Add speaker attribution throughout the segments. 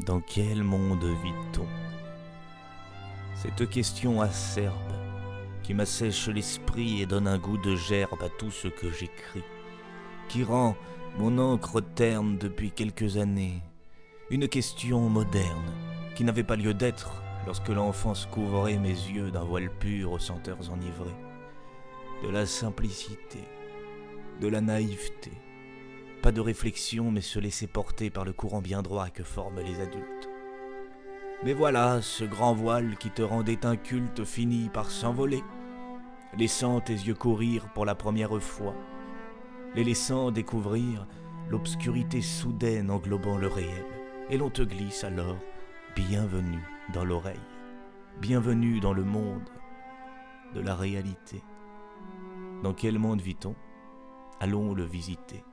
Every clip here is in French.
Speaker 1: Dans quel monde vit-on? Cette question acerbe qui m'assèche l'esprit et donne un goût de gerbe à tout ce que j'écris, qui rend mon encre terne depuis quelques années, une question moderne qui n'avait pas lieu d'être lorsque l'enfance couvrait mes yeux d'un voile pur aux senteurs enivrées, de la simplicité, de la naïveté, pas de réflexion mais se laisser porter par le courant bien droit que forment les adultes. Mais voilà, ce grand voile qui te rendait inculte finit par s'envoler, laissant tes yeux courir pour la première fois, les laissant découvrir l'obscurité soudaine englobant le réel, et l'on te glisse alors bienvenue dans l'oreille, bienvenue dans le monde de la réalité. Dans quel monde vit-on? Allons le visiter.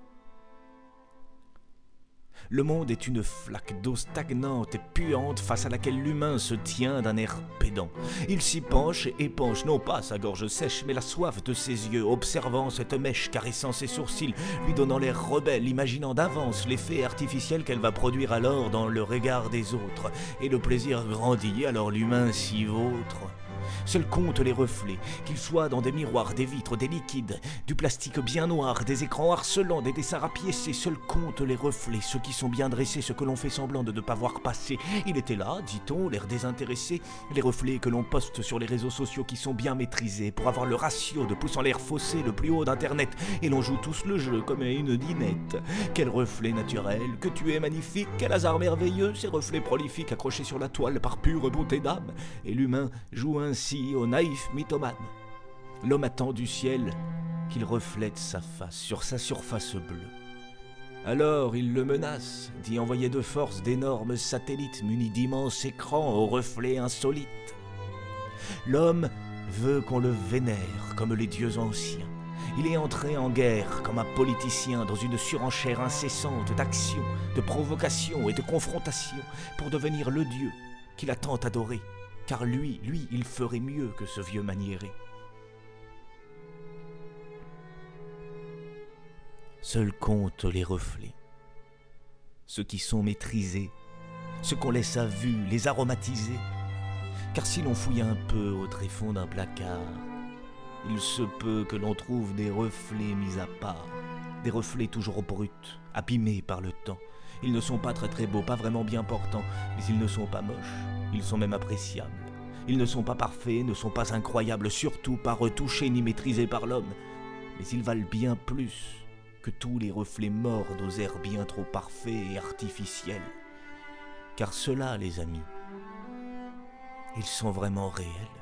Speaker 1: Le monde est une flaque d'eau stagnante et puante face à laquelle l'humain se tient d'un air pédant. Il s'y penche et épanche non pas sa gorge sèche, mais la soif de ses yeux, observant cette mèche, caressant ses sourcils, lui donnant l'air rebelle, imaginant d'avance l'effet artificiel qu'elle va produire alors dans le regard des autres. Et le plaisir grandit, alors l'humain s'y vautre. Seul compte les reflets, qu'ils soient dans des miroirs, des vitres, des liquides, du plastique bien noir, des écrans harcelants, des dessins rapiécés. Seul compte les reflets, ceux qui sont bien dressés, ceux que l'on fait semblant de ne pas voir passer. Il était là, dit-on, l'air désintéressé, les reflets que l'on poste sur les réseaux sociaux qui sont bien maîtrisés pour avoir le ratio de pouces en l'air faussé le plus haut d'internet. Et l'on joue tous le jeu comme à une dinette. Quel reflet naturel, que tu es magnifique, quel hasard merveilleux, ces reflets prolifiques accrochés sur la toile par pure beauté d'âme. Et l'humain joue ainsi au naïf mythomane. L'homme attend du ciel qu'il reflète sa face sur sa surface bleue. Alors il le menace d'y envoyer de force d'énormes satellites munis d'immenses écrans aux reflets insolites. L'homme veut qu'on le vénère comme les dieux anciens. Il est entré en guerre comme un politicien dans une surenchère incessante d'action, de provocation et de confrontation pour devenir le dieu qu'il a tant adoré. Car lui, il ferait mieux que ce vieux maniéré. Seuls comptent les reflets, ceux qui sont maîtrisés, ceux qu'on laisse à vue, les aromatiser. Car si l'on fouille un peu au tréfonds d'un placard, il se peut que l'on trouve des reflets mis à part, des reflets toujours bruts, abîmés par le temps. Ils ne sont pas très beaux, pas vraiment bien portants, mais ils ne sont pas moches, ils sont même appréciables. Ils ne sont pas parfaits, ne sont pas incroyables, surtout pas retouchés ni maîtrisés par l'homme. Mais ils valent bien plus que tous les reflets morts aux airs bien trop parfaits et artificiels. Car ceux-là, les amis, ils sont vraiment réels.